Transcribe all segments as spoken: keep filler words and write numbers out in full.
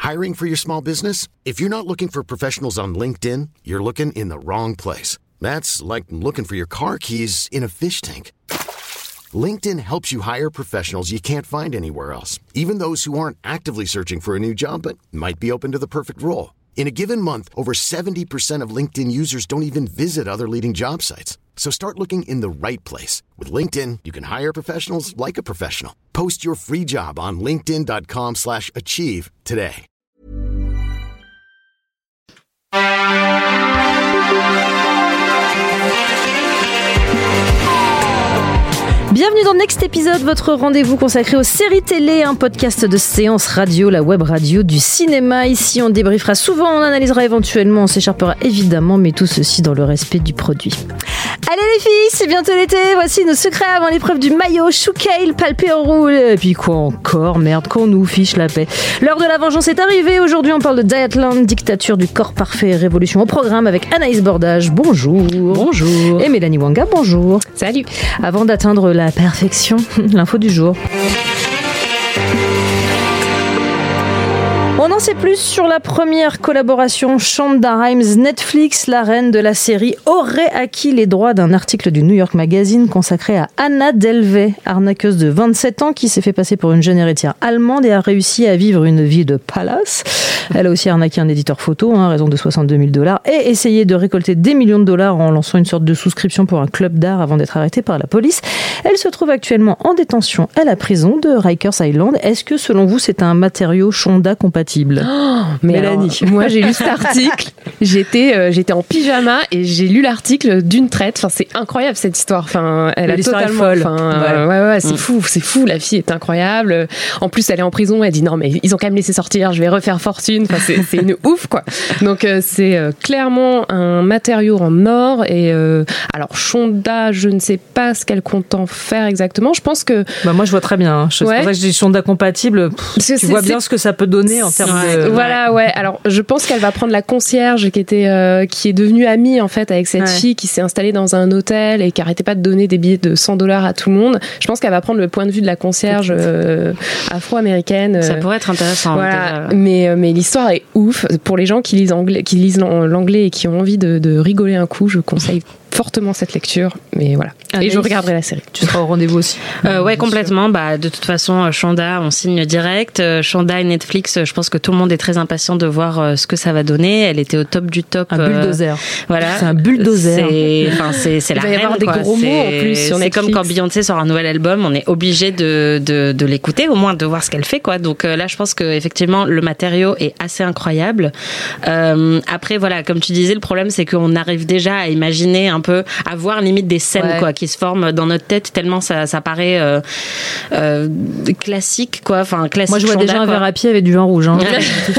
Hiring for your small business? If you're not looking for professionals on LinkedIn, you're looking in the wrong place. That's like looking for your car keys in a fish tank. LinkedIn helps you hire professionals you can't find anywhere else, even those who aren't actively searching for a new job but might be open to the perfect role. In a given month, over seventy percent of LinkedIn users don't even visit other leading job sites. So start looking in the right place. With LinkedIn, you can hire professionals like a professional. Post your free job on linkedin.com slash achieve today. Bienvenue dans Next Épisode, votre rendez-vous consacré aux séries télé, un podcast de séance radio, la web radio du cinéma. Ici, on débriefera souvent, on analysera éventuellement, on s'écharpera évidemment, mais tout ceci dans le respect du produit. Allez les filles, c'est bientôt l'été, voici nos secrets avant l'épreuve du maillot, choucale, palpé en roule. Et puis quoi encore, merde, qu'on nous fiche la paix. L'heure de la vengeance est arrivée, aujourd'hui on parle de Dietland, dictature du corps parfait, révolution au programme avec Anaïs Bordage, bonjour. Bonjour. Et Mélanie Wanga, bonjour. Salut. Avant d'atteindre la perfection, l'info du jour. On en sait plus sur la première collaboration Shonda Rhimes-Netflix. La reine de la série aurait acquis les droits d'un article du New York Magazine consacré à Anna Delvey, arnaqueuse de vingt-sept ans qui s'est fait passer pour une jeune héritière allemande et a réussi à vivre une vie de palace. Elle a aussi arnaqué un éditeur photo hein, à raison de soixante-deux mille dollars et essayé de récolter des millions de dollars en lançant une sorte de souscription pour un club d'art avant d'être arrêtée par la police. Elle se trouve actuellement en détention à la prison de Rikers Island. Est-ce que selon vous c'est un matériau Shonda compatible ? Oh, mais Mélanie, alors, moi j'ai lu cet article, j'étais, euh, j'étais en pyjama et j'ai lu l'article d'une traite. Enfin, c'est incroyable cette histoire. Enfin, elle a l'histoire totalement. Est folle. Enfin, ouais, euh, ouais, ouais, c'est mm. fou, c'est fou. La fille est incroyable. En plus, elle est en prison. Elle dit non, mais ils ont quand même laissé sortir. Je vais refaire fortune. Enfin, c'est, c'est une ouf quoi. Donc euh, c'est euh, clairement un matériau en or. Et euh, alors Shonda, je ne sais pas ce qu'elle compte en faire exactement. Je pense que. Bah moi, je vois très bien. Hein. C'est ouais. pour ça que je dis Shonda compatible. Pff, tu c'est, vois c'est... bien ce que ça peut donner en termes ouais. de. Voilà, ouais. Alors, je pense qu'elle va prendre la concierge qui était, euh, qui est devenue amie en fait avec cette ouais. fille qui s'est installée dans un hôtel et qui arrêtait pas de donner des billets de cent dollars à tout le monde. Je pense qu'elle va prendre le point de vue de la concierge euh, afro-américaine. Ça pourrait être intéressant. Voilà. Mais mais l'histoire est ouf pour les gens qui lisent anglais, qui lisent l'anglais et qui ont envie de, de rigoler un coup. Je conseille fortement cette lecture, mais voilà. Anaïs, et je regarderai la série. Tu seras au rendez-vous aussi. Euh, ouais, complètement. Bah, de toute façon, Shonda, on signe direct. Shonda et Netflix, je pense que tout le monde est très impatient de voir ce que ça va donner. Elle était au top du top. Un bulldozer. Euh, voilà. C'est un bulldozer. C'est, enfin, c'est, c'est la reine. Il va y avoir quoi. des gros c'est, mots en plus sur Netflix. C'est comme quand Beyoncé sort un nouvel album, on est obligé de, de, de l'écouter, au moins de voir ce qu'elle fait, quoi. Donc euh, là, je pense que effectivement, le matériau est assez incroyable. Euh, après, voilà, comme tu disais, le problème, c'est qu'on arrive déjà à imaginer un peu, à voir limite des scènes ouais. quoi qui se forment dans notre tête tellement ça ça paraît euh, euh, classique quoi, enfin classique. Moi je vois Shonda, déjà un quoi. verre à pied avec du vin rouge hein.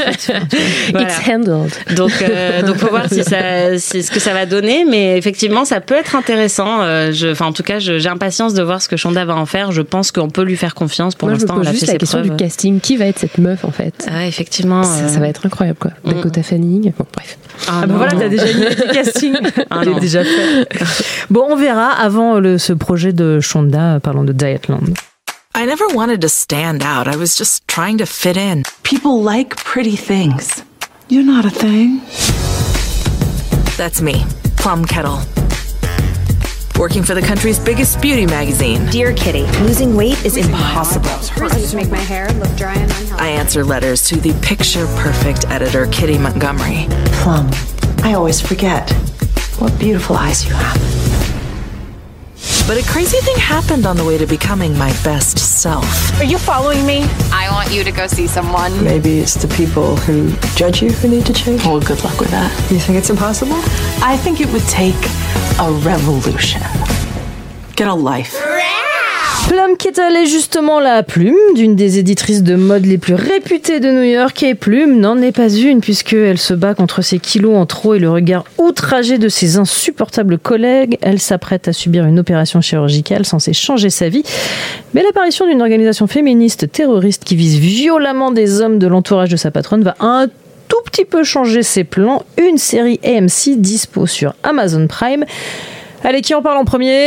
Voilà. It's handled. Donc euh, donc faut voir si ça c'est ce que ça va donner, mais effectivement ça peut être intéressant. Euh, je enfin en tout cas je, j'ai impatience de voir ce que Shonda va en faire. Je pense qu'on peut lui faire confiance. Pour Moi, l'instant je me pose on a juste fait la ses question preuves. du casting. Qui va être cette meuf en fait? Ah, effectivement ça, euh... ça va être incroyable quoi. Mm. Dakota Fanning. Bon bref. Ah, ah ben voilà, t'as déjà une idée du casting. Ah, elle est déjà fait. Bon, on verra avant le, ce projet de Shonda, parlons de Dietland. I never wanted to stand out. I was just trying to fit in. People like pretty things. You're not a thing. That's me, Plum Kettle. Working for the country's biggest beauty magazine. Dear Kitty, losing weight is impossible. To make my hair look dry and unhealthy. I answer letters to the picture-perfect editor, Kitty Montgomery. Plum, I always forget what beautiful eyes you have. But a crazy thing happened on the way to becoming my best self. Are you following me? I want you to go see someone. Maybe it's the people who judge you who need to change. Well, good luck with that. You think it's impossible? I think it would take a revolution. Get a life. Plum Kettle est justement la plume d'une des éditrices de mode les plus réputées de New York, et Plume n'en est pas une puisqu'elle se bat contre ses kilos en trop et le regard outragé de ses insupportables collègues. Elle s'apprête à subir une opération chirurgicale censée changer sa vie. Mais l'apparition d'une organisation féministe terroriste qui vise violemment des hommes de l'entourage de sa patronne va un tout petit peu changer ses plans. Une série A M C dispo sur Amazon Prime. Allez, qui en parle en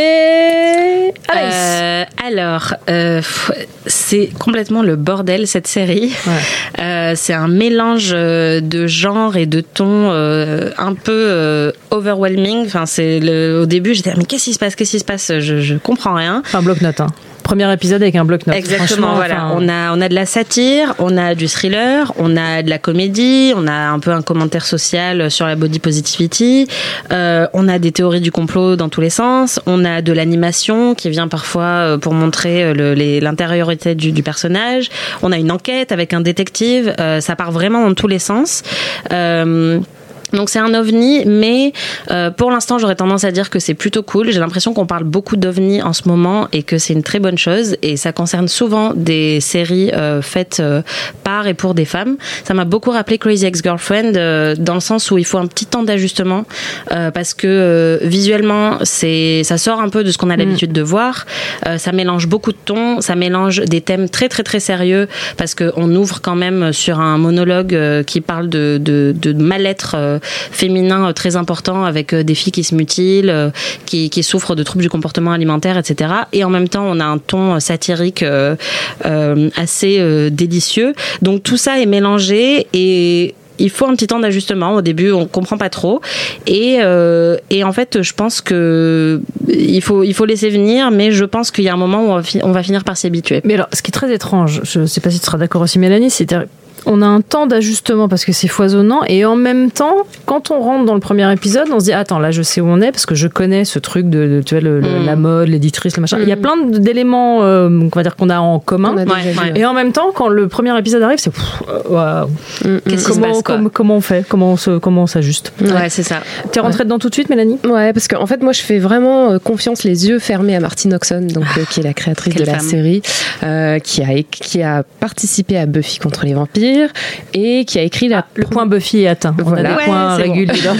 premier? Anaïs. Euh, alors, euh, c'est complètement le bordel cette série. Ouais. Euh, c'est un mélange de genres et de tons euh, un peu euh, overwhelming. Enfin, c'est le, au début, j'étais mais qu'est-ce qui se passe? Qu'est-ce qui se passe? Je, je comprends rien. Un bloc-notes. Hein. Premier épisode avec un bloc-notes. Exactement, voilà. Enfin... On a, on a de la satire, on a du thriller, on a de la comédie, on a un peu un commentaire social sur la body positivity, euh, on a des théories du complot dans tous les sens, on a de l'animation qui vient parfois pour montrer le, les, l'intériorité du, du personnage, on a une enquête avec un détective, euh, ça part vraiment dans tous les sens. Euh, Donc c'est un ovni, mais euh, pour l'instant j'aurais tendance à dire que c'est plutôt cool. J'ai l'impression qu'on parle beaucoup d'ovnis en ce moment et que c'est une très bonne chose. Et ça concerne souvent des séries euh, faites euh, par et pour des femmes. Ça m'a beaucoup rappelé Crazy Ex-Girlfriend euh, dans le sens où il faut un petit temps d'ajustement euh, parce que euh, visuellement c'est ça sort un peu de ce qu'on a l'habitude mmh. de voir. Euh, ça mélange beaucoup de tons, ça mélange des thèmes très très très sérieux parce que on ouvre quand même sur un monologue euh, qui parle de de, de mal-être euh, féminin très important avec des filles qui se mutilent, qui, qui souffrent de troubles du comportement alimentaire, et cetera. Et en même temps, on a un ton satirique euh, euh, assez euh, délicieux. Donc tout ça est mélangé et il faut un petit temps d'ajustement. Au début, on comprend pas trop. Et, euh, et en fait, je pense que il faut, il faut laisser venir, mais je pense qu'il y a un moment où on va, fi- on va finir par s'y habituer. Mais alors, ce qui est très étrange, je sais pas si tu seras d'accord aussi, Mélanie, c'est on a un temps d'ajustement parce que c'est foisonnant et en même temps, quand on rentre dans le premier épisode, on se dit attends, là je sais où on est parce que je connais ce truc de, de tu vois le, mmh. la mode, l'éditrice, le machin. Mmh. Il y a plein d'éléments euh, on va dire qu'on a en commun. A ouais, ouais. Et en même temps, quand le premier épisode arrive, c'est pff, waouh. Mmh. Qu'est-ce comment, qui se passe, quoi. Com- comment on fait, comment on se, comment on s'ajuste. Ouais, ouais, c'est ça. T'es rentrée ouais. dedans tout de suite, Mélanie? Ouais, parce qu'en fait moi je fais vraiment confiance les yeux fermés à Martine Oxon, donc euh, qui est la créatrice de la femme. série, euh, qui a qui a participé à Buffy contre les vampires et qui a écrit la ah, le point Buffy est atteint. On voilà. a des ouais, points réguliers. Bon.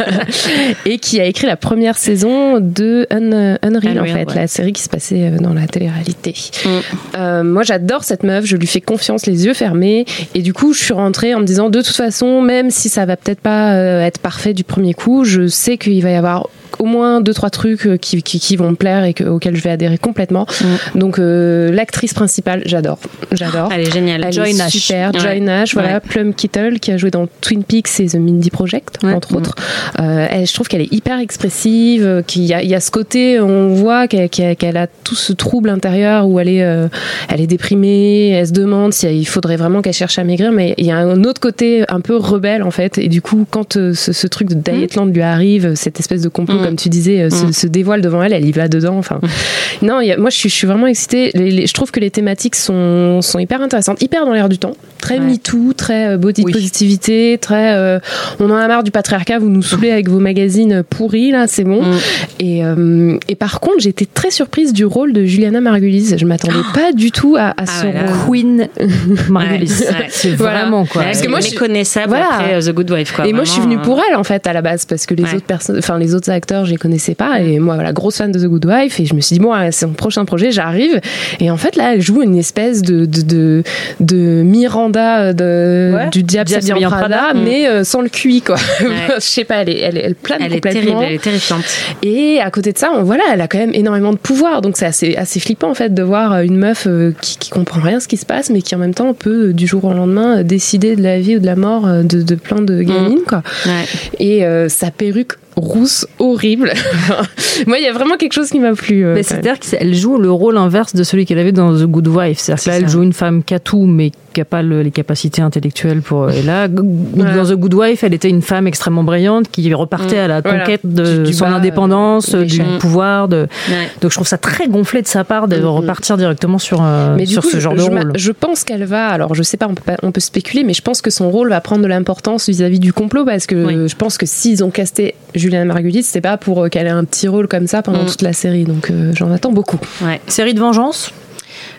Et qui a écrit la première saison de Un- Unreal, Unreal en fait, ouais. la série qui se passait dans la télé-réalité. Mm. Euh, moi, j'adore cette meuf. Je lui fais confiance, les yeux fermés. Et du coup, je suis rentrée en me disant, de toute façon, même si ça va peut-être pas euh, être parfait du premier coup, je sais qu'il va y avoir au moins deux trois trucs qui, qui, qui vont me plaire et que, auxquels je vais adhérer complètement. Mm. Donc euh, l'actrice principale, j'adore, j'adore. Elle est géniale. Elle Joy est Nash. super. Ouais. Joy Nash, voilà, ouais. Plum Kittle qui a joué dans Twin Peaks et The Mindy Project, ouais. entre mm. autres. Euh, elle, je trouve qu'elle est hyper expressive, qu'il y a, il y a ce côté, on voit qu'elle, qu'elle, qu'elle a tout ce trouble intérieur où elle est, euh, elle est déprimée, elle se demande s'il faudrait vraiment qu'elle cherche à maigrir, mais il y a un autre côté un peu rebelle en fait. Et du coup, quand euh, ce, ce truc de Dietland mm. lui arrive, cette espèce de complot, mm. comme tu disais, se, mm. se dévoile devant elle, elle y va dedans. Enfin, mm. non, y a, moi je suis, je suis vraiment excitée. Les, les, je trouve que les thématiques sont, sont hyper intéressantes, hyper dans l'air du temps, très ouais. MeToo, très euh, body oui. positivité, très. Euh, on en a marre du patriarcat, vous nous saoulez avec vos magazines pourris là, c'est bon. Mm. Et, euh, et par contre, j'étais très surprise du rôle de Juliana Margulies. Je m'attendais oh. pas du tout à, à ah ce ouais, rôle. Queen Margulies. Ouais, ouais. C'est voilà. vraiment quoi. Ouais, parce que moi, je suis méconnaissable voilà. après uh, The Good Wife. Quoi, et vraiment, moi, je suis venue euh... pour elle en fait à la base parce que les ouais. autres personnes, enfin les autres acteurs, je les connaissais pas. Et moi, voilà, grosse fan de The Good Wife. Et je me suis dit bon, c'est mon prochain projet, j'arrive. Et en fait, là, elle joue une espèce de de de, de Miranda de ouais. du Diable s'habille en Prada, mm. mais euh, sans le Q I quoi. Ouais. Je sais pas, elle est elle, elle plane elle complètement. Elle est terrible, elle est terrifiante. Et à côté de ça, on, voilà, elle a quand même énormément de pouvoir. Donc c'est assez assez flippant en fait de voir une meuf euh, qui qui comprend rien ce qui se passe, mais qui en même temps peut du jour au lendemain décider de la vie ou de la mort de de plein de gamines mm. quoi. Ouais. Et euh, sa perruque rousse horrible. Moi, il y a vraiment quelque chose qui m'a plu. Euh, mais c'est-à-dire qu'elle joue le rôle inverse de celui qu'elle avait dans The Good Wife. C'est-à-dire que là, elle joue une femme catou, mais qui n'a pas le, les capacités intellectuelles pour. Et là, ouais. dans The Good Wife, elle était une femme extrêmement brillante qui repartait mmh. à la conquête voilà. de du, du son bas, indépendance, euh, du mmh. pouvoir. De... Ouais. Donc, je trouve ça très gonflé de sa part de mmh. repartir directement sur, euh, mais sur coup, ce genre je, de rôle. Je pense qu'elle va. Alors, je sais pas on, peut pas, on peut spéculer, mais je pense que son rôle va prendre de l'importance vis-à-vis du complot parce que oui. je pense que s'ils ont casté Juliana Margulies, c'était pas pour qu'elle ait un petit rôle comme ça pendant mmh. toute la série. Donc, euh, j'en attends beaucoup. Ouais. Série de vengeance ?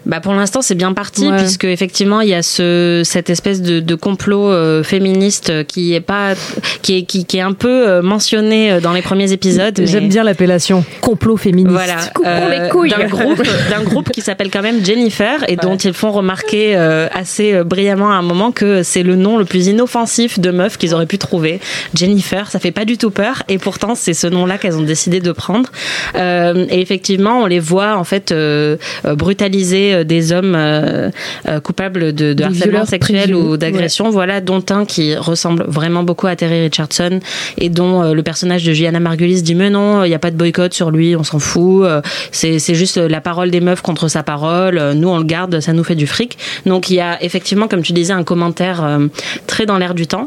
Bah pour l'instant c'est bien parti ouais. puisque effectivement il y a ce cette espèce de, de complot euh, féministe qui est pas qui est qui, qui est un peu euh, mentionné dans les premiers épisodes. J'aime mais... bien l'appellation complot féministe. Voilà, euh, les couilles. d'un groupe d'un groupe qui s'appelle quand même Jennifer et ouais. dont ils font remarquer euh, assez euh, brillamment à un moment que c'est le nom le plus inoffensif de meuf qu'ils auraient pu trouver. Jennifer, ça fait pas du tout peur et pourtant c'est ce nom-là qu'elles ont décidé de prendre. Euh, et effectivement on les voit en fait euh, brutaliser des hommes euh, euh, coupables de, de harcèlement sexuel prévus. Ou d'agression, ouais. voilà, dont un qui ressemble vraiment beaucoup à Terry Richardson et dont euh, le personnage de Juliana Margulies dit mais non, il n'y a pas de boycott sur lui, on s'en fout, euh, c'est, c'est juste la parole des meufs contre sa parole, euh, nous on le garde, ça nous fait du fric. Donc il y a effectivement, comme tu disais, un commentaire euh, très dans l'air du temps.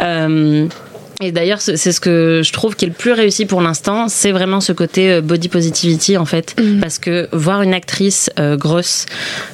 Euh, Et d'ailleurs, c'est ce que je trouve qui est le plus réussi pour l'instant, c'est vraiment ce côté body positivity en fait, mmh. parce que voir une actrice euh, grosse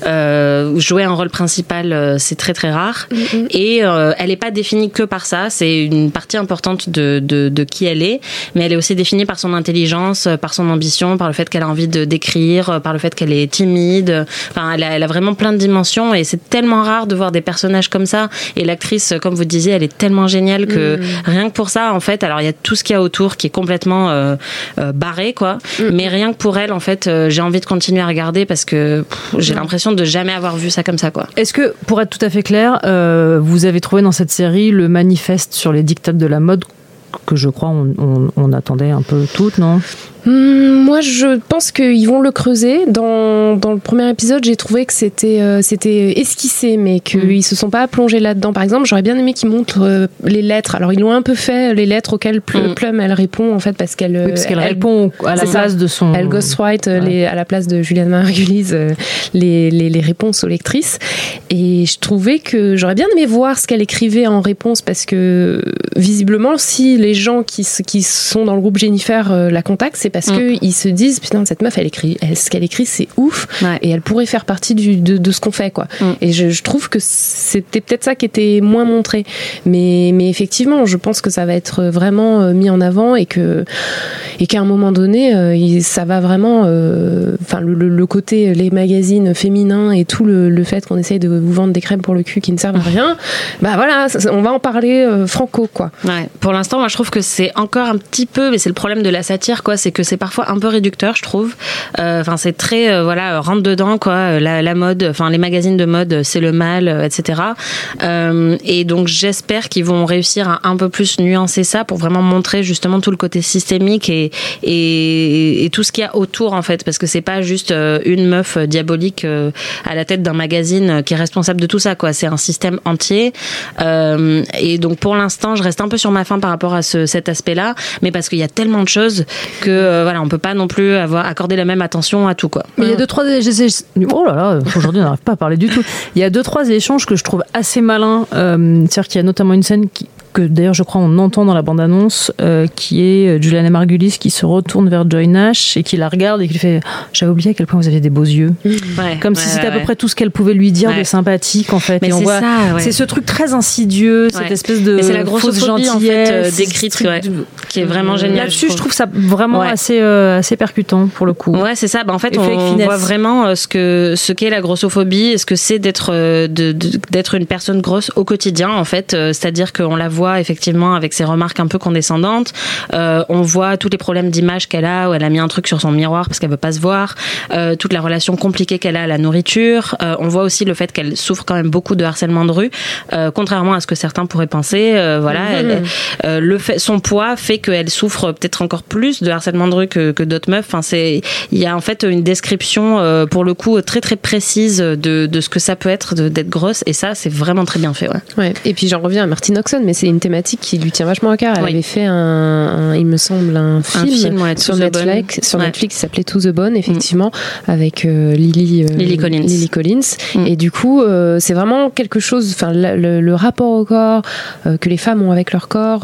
euh, jouer un rôle principal, euh, c'est très très rare, mmh. et euh, elle n'est pas définie que par ça. C'est une partie importante de, de de qui elle est, mais elle est aussi définie par son intelligence, par son ambition, par le fait qu'elle a envie de d'écrire, par le fait qu'elle est timide. Enfin, elle a, elle a vraiment plein de dimensions, et c'est tellement rare de voir des personnages comme ça. Et l'actrice, comme vous disiez, elle est tellement géniale que mmh. rien que pour ça en fait, alors il y a tout ce qu'il y a autour qui est complètement euh, euh, barré quoi, mm. mais rien que pour elle en fait euh, j'ai envie de continuer à regarder parce que pff, j'ai mm. l'impression de jamais avoir vu ça comme ça quoi. Est-ce que, pour être tout à fait clair, euh, vous avez trouvé dans cette série le manifeste sur les dictats de la mode que je crois on, on, on attendait un peu toutes, non ? Hum, moi, je pense qu'ils vont le creuser. Dans, dans le premier épisode, j'ai trouvé que c'était, euh, c'était esquissé, mais qu'ils mmh. se sont pas plongés là-dedans. Par exemple, j'aurais bien aimé qu'ils montrent euh, les lettres. Alors, ils l'ont un peu fait, les lettres auxquelles Plum, mmh. Plum elle répond, en fait, parce qu'elle, oui, parce qu'elle elle, répond à la place de son... Elle ghostwrite ouais. les, à la place de Juliana Margulies euh, les, les, les réponses aux lectrices. Et je trouvais que j'aurais bien aimé voir ce qu'elle écrivait en réponse, parce que, visiblement, si les gens qui, qui sont dans le groupe Jennifer euh, la contactent, c'est parce mm. qu'ils se disent putain, cette meuf elle écrit, elle, ce qu'elle écrit c'est ouf, ouais. et elle pourrait faire partie du, de, de ce qu'on fait quoi. Mm. Et je, je trouve que c'était peut-être ça qui était moins montré, mais, mais effectivement je pense que ça va être vraiment mis en avant et, que, et qu'à un moment donné euh, ça va vraiment enfin euh, le, le côté les magazines féminins et tout le, le fait qu'on essaye de vous vendre des crèmes pour le cul qui ne servent à rien, bah voilà, on va en parler euh, franco quoi. Ouais, pour l'instant moi je trouve que c'est encore un petit peu, mais c'est le problème de la satire quoi, c'est que c'est parfois un peu réducteur je trouve. Enfin euh, c'est très euh, voilà rentre dedans quoi, la, la mode, enfin les magazines de mode c'est le mal, euh, et cetera. Euh, et donc j'espère qu'ils vont réussir à un peu plus nuancer ça pour vraiment montrer justement tout le côté systémique et et, et tout ce qu'il y a autour en fait, parce que c'est pas juste euh, une meuf diabolique euh, à la tête d'un magazine qui est responsable de tout ça quoi, c'est un système entier. Euh, et donc pour l'instant je reste un peu sur ma faim par rapport à ce, cet aspect-là, mais parce qu'il y a tellement de choses que euh, voilà on peut pas non plus avoir accordé la même attention à tout quoi. Mais il y a deux trois oh là là aujourd'hui on n'arrive pas à parler du tout. Il y a deux trois échanges que je trouve assez malins. Euh, c'est-à-dire qu'il y a notamment une scène qui que d'ailleurs je crois on entend dans la bande-annonce, euh, qui est Juliana Margulies qui se retourne vers Joy Nash et qui la regarde et qui lui fait « J'avais oublié à quel point vous aviez des beaux yeux ouais, ». Comme ouais, si c'était ouais, à peu ouais. près tout ce qu'elle pouvait lui dire ouais. de sympathique en fait. Mais et on c'est voit, ça, ouais. c'est ce truc très insidieux, ouais. cette espèce de mais c'est la grossophobie en fait euh, décrite ouais, de... qui est vraiment génial. Là-dessus je trouve, je trouve ça vraiment ouais. assez, euh, assez percutant pour le coup. Ouais c'est ça, bah, en fait on, on voit vraiment euh, ce, que, ce qu'est la grossophobie, ce que c'est d'être, euh, de, de, d'être une personne grosse au quotidien en fait, euh, c'est-à-dire qu'on la voit effectivement avec ses remarques un peu condescendantes. Euh, on voit tous les problèmes d'image qu'elle a, où elle a mis un truc sur son miroir parce qu'elle veut pas se voir. Euh, toute la relation compliquée qu'elle a à la nourriture. Euh, on voit aussi le fait qu'elle souffre quand même beaucoup de harcèlement de rue, euh, contrairement à ce que certains pourraient penser. Euh, voilà, mmh. elle, euh, le fait, son poids fait qu'elle souffre peut-être encore plus de harcèlement de rue que, que d'autres meufs. Enfin, c'est, il y a en fait une description euh, pour le coup très très précise de, de ce que ça peut être de, d'être grosse, et ça c'est vraiment très bien fait. Ouais. Ouais. Et puis j'en reviens à Martine Oxon, mais c'est une thématique qui lui tient vachement à cœur. Elle oui. avait fait un, un, il me semble, un film, un film ouais, sur Netflix, sur ouais. Netflix qui s'appelait To the Bone, effectivement, mm. avec euh, Lily, euh, Lily Collins. Lily Collins. Mm. Et du coup, euh, c'est vraiment quelque chose, enfin, le, le, le rapport au corps euh, que les femmes ont avec leur corps. Euh,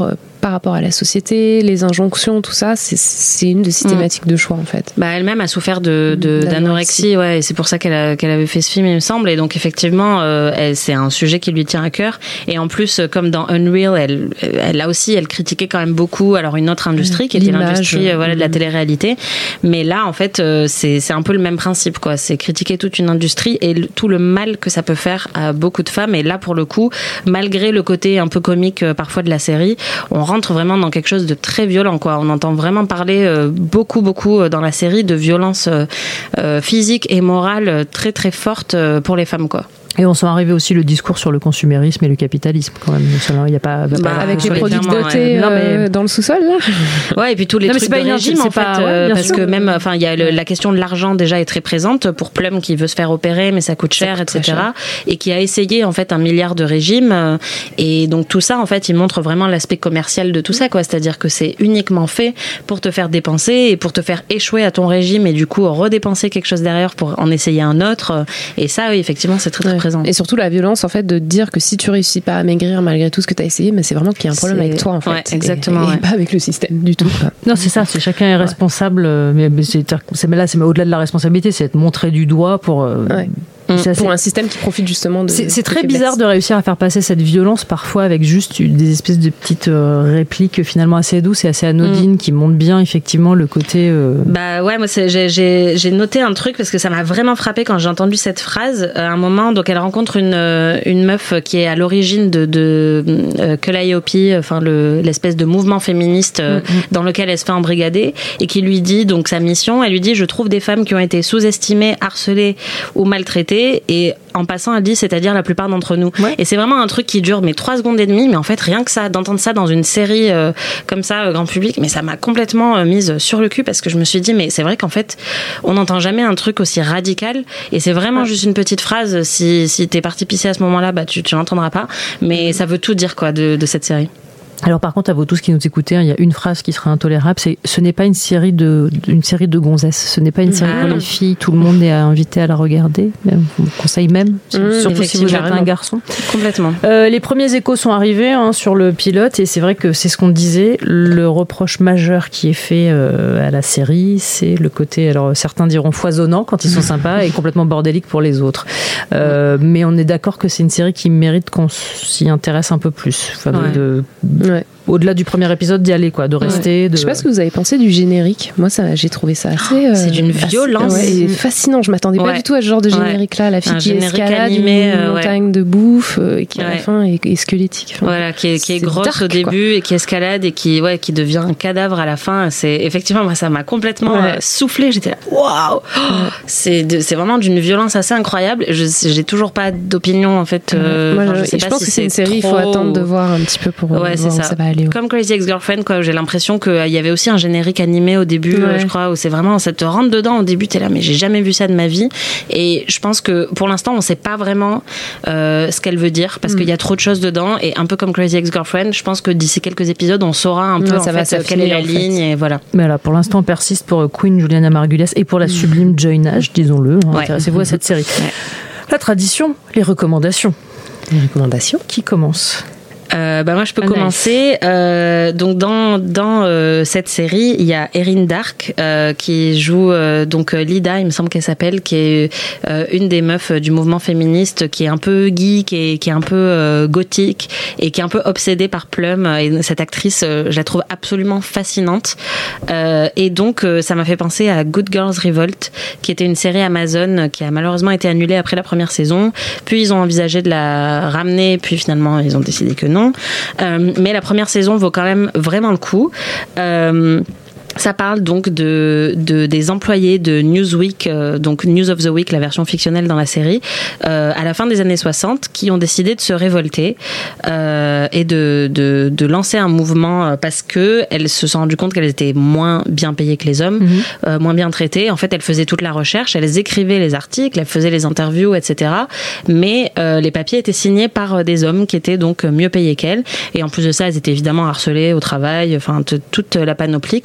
par rapport à la société, les injonctions, tout ça, c'est, c'est une de ses mmh. thématiques de choix en fait. Bah elle-même a souffert de, de d'anorexie, ouais, et c'est pour ça qu'elle a, qu'elle avait fait ce film, il me semble. Et donc effectivement, euh, elle, c'est un sujet qui lui tient à cœur. Et en plus, comme dans Unreal, elle, elle là aussi, elle critiquait quand même beaucoup. Alors une autre industrie qui était L'image, l'industrie, euh, voilà, de la télé-réalité. Mais là, en fait, euh, c'est c'est un peu le même principe, quoi. C'est critiquer toute une industrie et le, tout le mal que ça peut faire à beaucoup de femmes. Et là, pour le coup, malgré le côté un peu comique euh, parfois de la série, on rentre vraiment dans quelque chose de très violent, quoi. On entend vraiment parler euh, beaucoup, beaucoup dans la série de violence euh, euh, physique et morale très, très forte euh, pour les femmes, quoi. Et on sent arriver aussi le discours sur le consumérisme et le capitalisme quand même. Il y a pas, bah, pas avec les produits dotés ouais. euh, mais... dans le sous-sol là. Ouais, et puis tous les non, trucs de régime en fait, pas, euh, ouais, parce sûr. que même, enfin, il y a le, la question de l'argent déjà est très présente pour Plum qui veut se faire opérer mais ça coûte cher, ça coûte et cetera. Cher. Et qui a essayé en fait un milliard de régimes. Et donc tout ça en fait, il montre vraiment l'aspect commercial de tout ça, quoi. C'est-à-dire que c'est uniquement fait pour te faire dépenser et pour te faire échouer à ton régime et du coup redépenser quelque chose derrière pour en essayer un autre. Et ça, oui, effectivement, c'est très très ouais. présent. Et surtout la violence en fait de dire que si tu réussis pas à maigrir malgré tout ce que tu as essayé, mais c'est vraiment qu'il y a un problème c'est... avec toi en fait. Ouais, exactement. Et, ouais. et pas avec le système du tout. Quoi. Non, c'est ça, c'est chacun est responsable, ouais. mais, mais, c'est, c'est, mais là c'est au-delà de la responsabilité, c'est être montré du doigt pour. Euh, ouais. C'est assez... Pour un système qui profite justement de. C'est, c'est très bizarre de réussir à faire passer cette violence parfois avec juste des espèces de petites euh, répliques finalement assez douces et assez anodines mm. qui montrent bien effectivement le côté. Euh... Bah ouais, moi c'est, j'ai, j'ai, j'ai noté un truc parce que ça m'a vraiment frappé quand j'ai entendu cette phrase à un moment. Donc elle rencontre une une meuf qui est à l'origine de de euh, Calliope, enfin le l'espèce de mouvement féministe euh, mm. dans lequel elle se fait embrigader et qui lui dit donc sa mission. Elle lui dit je trouve des femmes qui ont été sous-estimées, harcelées ou maltraitées. Et en passant, elle dit, c'est-à-dire la plupart d'entre nous. Ouais. Et c'est vraiment un truc qui dure mais trois secondes et demie. Mais en fait, rien que ça, d'entendre ça dans une série euh, comme ça, euh, grand public, mais ça m'a complètement euh, mise sur le cul parce que je me suis dit, mais c'est vrai qu'en fait, on n'entend jamais un truc aussi radical. Et c'est vraiment ouais. juste une petite phrase. Si, si t'es parti pisser à ce moment-là, bah tu, tu l'entendras pas. Mais ça veut tout dire, quoi, de, de cette série. Alors par contre, à vous tous qui nous écoutez, il y a une phrase qui serait intolérable, c'est ce n'est pas une série de une série de gonzesses, ce n'est pas une série ah. pour les filles, tout le monde est invité à la regarder. Je vous conseille même, mmh, surtout si vous êtes un garçon. Complètement. Euh, les premiers échos sont arrivés hein, sur le pilote et c'est vrai que c'est ce qu'on disait. Le reproche majeur qui est fait euh, à la série, c'est le côté, alors certains diront foisonnant quand ils sont sympas et complètement bordélique pour les autres. Euh, mmh. Mais on est d'accord que c'est une série qui mérite qu'on s'y intéresse un peu plus. Enfin, ouais. de, de Ouais. Au-delà du premier épisode, d'y aller, quoi, de rester. Ouais. De... Je sais pas ce que vous avez pensé du générique. Moi, ça, j'ai trouvé ça assez. Euh, c'est d'une violence. Assez, ouais, fascinant. Je m'attendais ouais. pas du tout à ce genre de générique-là. La fille un qui escalade animé, une euh, montagne ouais. de bouffe euh, et qui, à ouais. la fin, est, est squelettique. Enfin, voilà, qui est, qui est grosse dark, au début quoi. Et qui escalade et qui, ouais, qui devient un cadavre à la fin. C'est, effectivement, moi, ça m'a complètement ouais. euh, soufflé. J'étais là, waouh! Ouais. C'est, de, c'est vraiment d'une violence assez incroyable. Je, j'ai toujours pas d'opinion, en fait. Euh, moi, enfin, je, je sais je pas pense si que c'est une série, il faut attendre de voir un petit peu pour ouais, voir où ça va aller. Comme Crazy Ex-Girlfriend, quoi. J'ai l'impression qu'il y avait aussi un générique animé au début, ouais. euh, je crois, où c'est vraiment, ça te rentre dedans au début, t'es là, mais j'ai jamais vu ça de ma vie. Et je pense que pour l'instant, on sait pas vraiment euh, ce qu'elle veut dire, parce mm. qu'il y a trop de choses dedans. Et un peu comme Crazy Ex-Girlfriend, je pense que d'ici quelques épisodes, on saura un peu ouais, en fait, quelle est la ligne. Et voilà. Mais là, pour l'instant, on persiste pour Queen Juliana Margulies et pour la sublime Joy Nash, disons-le. Hein, ouais. Intéressez-vous à cette série. Ouais. La tradition, les recommandations. Les recommandations. Qui commence ? Euh, bah moi je peux ah, commencer. Nice. Euh, donc dans dans euh, cette série, il y a Erin Dark euh, qui joue euh, donc Lida, il me semble qu'elle s'appelle, qui est euh, une des meufs du mouvement féministe, qui est un peu geek et qui est un peu euh, gothique et qui est un peu obsédée par Plum. Et cette actrice, euh, je la trouve absolument fascinante. Euh, et donc euh, ça m'a fait penser à Good Girls Revolt, qui était une série Amazon qui a malheureusement été annulée après la première saison. Puis ils ont envisagé de la ramener, puis finalement ils ont décidé que non. Euh, mais la première saison vaut quand même vraiment le coup. Euh, Ça parle donc de, de des employés de Newsweek, euh, donc News of the Week, la version fictionnelle dans la série, euh, à la fin des années soixante, qui ont décidé de se révolter euh, et de, de de lancer un mouvement parce que elles se sont rendues compte qu'elles étaient moins bien payées que les hommes, mm-hmm. euh, moins bien traitées. En fait, elles faisaient toute la recherche, elles écrivaient les articles, elles faisaient les interviews, et cetera. Mais euh, les papiers étaient signés par des hommes qui étaient donc mieux payés qu'elles. Et en plus de ça, elles étaient évidemment harcelées au travail, enfin t- toute la panoplie, quoi.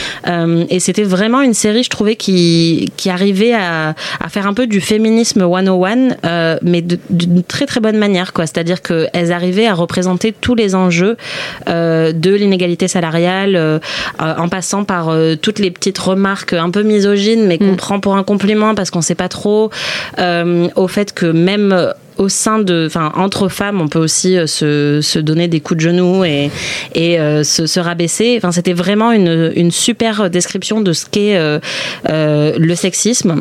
Euh, et c'était vraiment une série, je trouvais, qui, qui arrivait à, à faire un peu du féminisme cent un, euh, mais de, d'une très très bonne manière, quoi. C'est-à-dire qu'elles arrivaient à représenter tous les enjeux euh, de l'inégalité salariale, euh, en passant par euh, toutes les petites remarques un peu misogynes, mais qu'on mmh. prend pour un compliment parce qu'on sait pas trop, euh, au fait que même au sein de, enfin, entre femmes, on peut aussi euh, se, se donner des coups de genoux et, et euh, se, se rabaisser. Enfin, c'était vraiment une, une super description de ce qu'est euh, euh, le sexisme.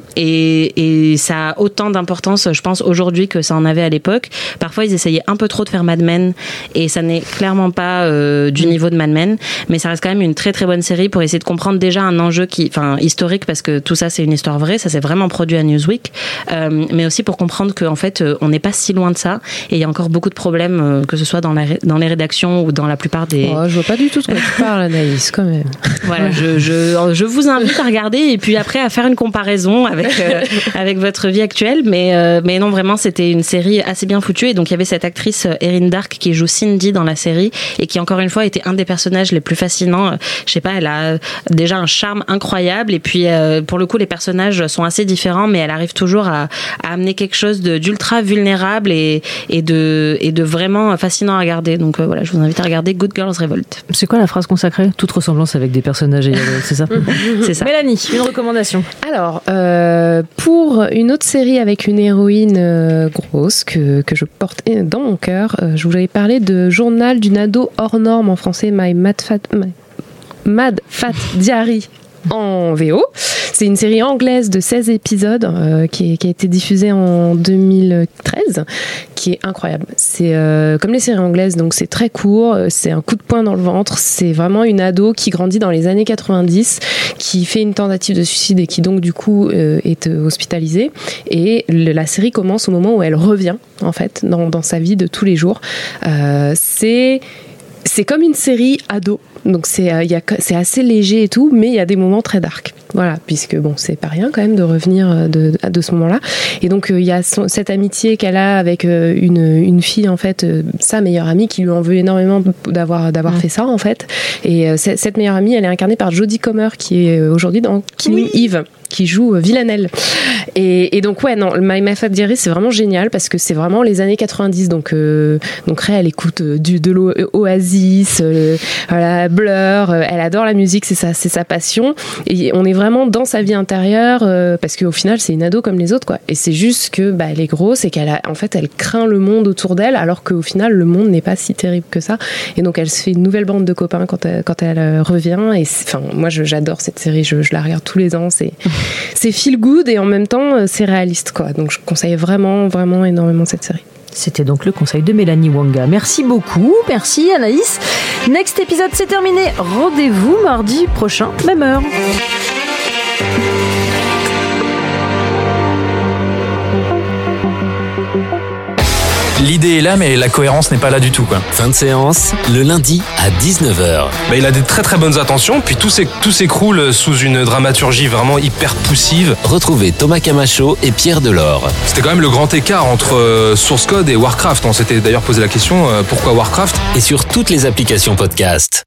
Et, et ça a autant d'importance, je pense, aujourd'hui que ça en avait à l'époque. Parfois, ils essayaient un peu trop de faire Mad Men et ça n'est clairement pas euh, du niveau de Mad Men. Mais ça reste quand même une très très bonne série pour essayer de comprendre déjà un enjeu qui, enfin, historique, parce que tout ça, c'est une histoire vraie. Ça s'est vraiment produit à Newsweek. Euh, mais aussi pour comprendre qu'en fait, on n'est pas si loin de ça et il y a encore beaucoup de problèmes, euh, que ce soit dans, la, dans les rédactions ou dans la plupart des... Oh, je vois pas du tout de quoi tu parles, Anaïs, quand même. Voilà, je, je, je vous invite à regarder et puis après à faire une comparaison avec, euh, avec votre vie actuelle, mais, euh, mais non, vraiment, c'était une série assez bien foutue. Et donc il y avait cette actrice Erin Dark qui joue Cindy dans la série et qui encore une fois était un des personnages les plus fascinants. Je sais pas, elle a déjà un charme incroyable et puis euh, pour le coup les personnages sont assez différents, mais elle arrive toujours à, à amener quelque chose de, d'ultra vulnérable Et, et, de, et de vraiment fascinant à regarder. Donc euh, voilà, je vous invite à regarder Good Girls Revolt. C'est quoi la phrase consacrée ? Toute ressemblance avec des personnages, c'est ça ? C'est ça. Mélanie, une recommandation. Alors, euh, pour une autre série avec une héroïne euh, grosse que, que je porte dans mon cœur, euh, je voulais parler de Journal d'une ado hors norme, en français, My Mad Fat, My Mad Fat Diary en V O. C'est une série anglaise de seize épisodes euh, qui, est, qui a été diffusée en deux mille treize, qui est incroyable. C'est euh, comme les séries anglaises, donc c'est très court, c'est un coup de poing dans le ventre, c'est vraiment une ado qui grandit dans les années quatre-vingt-dix, qui fait une tentative de suicide et qui donc du coup euh, est hospitalisée. Et le, la série commence au moment où elle revient, en fait, dans, dans sa vie de tous les jours. Euh, c'est, c'est comme une série ado. Donc c'est, euh, y a, c'est assez léger et tout, mais il y a des moments très dark. Voilà, puisque bon, c'est pas rien quand même de revenir de, de, de ce moment-là. Et donc il euh, y a son, cette amitié qu'elle a avec euh, une, une fille, en fait, euh, sa meilleure amie, qui lui en veut énormément d'avoir, d'avoir mmh. fait ça, en fait. Et euh, cette meilleure amie, elle est incarnée par Jodie Comer, qui est euh, aujourd'hui dans Killing oui. Eve, qui joue Villanelle. Et, et donc ouais, non, My Mad Fat Diary, c'est vraiment génial parce que c'est vraiment les années quatre-vingt-dix. Donc euh, donc Ray, elle écoute du de l'Oasis, euh, voilà, Blur, euh, elle adore la musique, c'est sa c'est sa passion. Et on est vraiment dans sa vie intérieure euh, parce qu'au final, c'est une ado comme les autres, quoi. Et c'est juste que bah elle est grosse et qu'elle a, en fait, elle craint le monde autour d'elle, alors qu'au final, le monde n'est pas si terrible que ça. Et donc elle se fait une nouvelle bande de copains quand elle, quand elle revient. Et enfin, moi, je, j'adore cette série, je, je la regarde tous les ans. C'est c'est feel good et en même temps c'est réaliste, quoi. Donc je conseille vraiment vraiment énormément cette série. C'était donc le conseil de Mélanie Wanga. Merci beaucoup, merci Anaïs. Next épisode, c'est terminé. Rendez-vous mardi prochain, même heure. L'idée est là, mais la cohérence n'est pas là du tout, quoi. Fin de séance, le lundi à dix-neuf heures. Bah, il a des très très bonnes intentions, puis tout, s'é- tout s'écroule sous une dramaturgie vraiment hyper poussive. Retrouvez Thomas Camacho et Pierre Delors. C'était quand même le grand écart entre euh, Source Code et Warcraft. On s'était d'ailleurs posé la question, euh, pourquoi Warcraft ? Et sur toutes les applications podcast.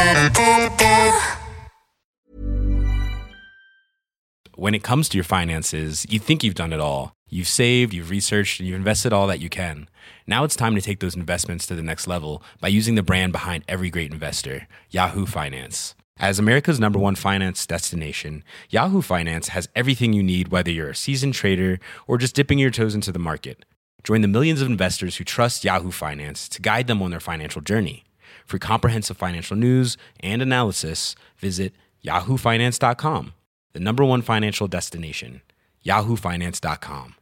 When it comes to your finances, you think you've done it all. You've saved, you've researched, and you've invested all that you can. Now it's time to take those investments to the next level by using the brand behind every great investor, Yahoo Finance. As America's number one finance destination, Yahoo Finance has everything you need, whether you're a seasoned trader or just dipping your toes into the market. Join the millions of investors who trust Yahoo Finance to guide them on their financial journey. For comprehensive financial news and analysis, visit yahoo finance dot com, the number one financial destination, yahoo finance dot com.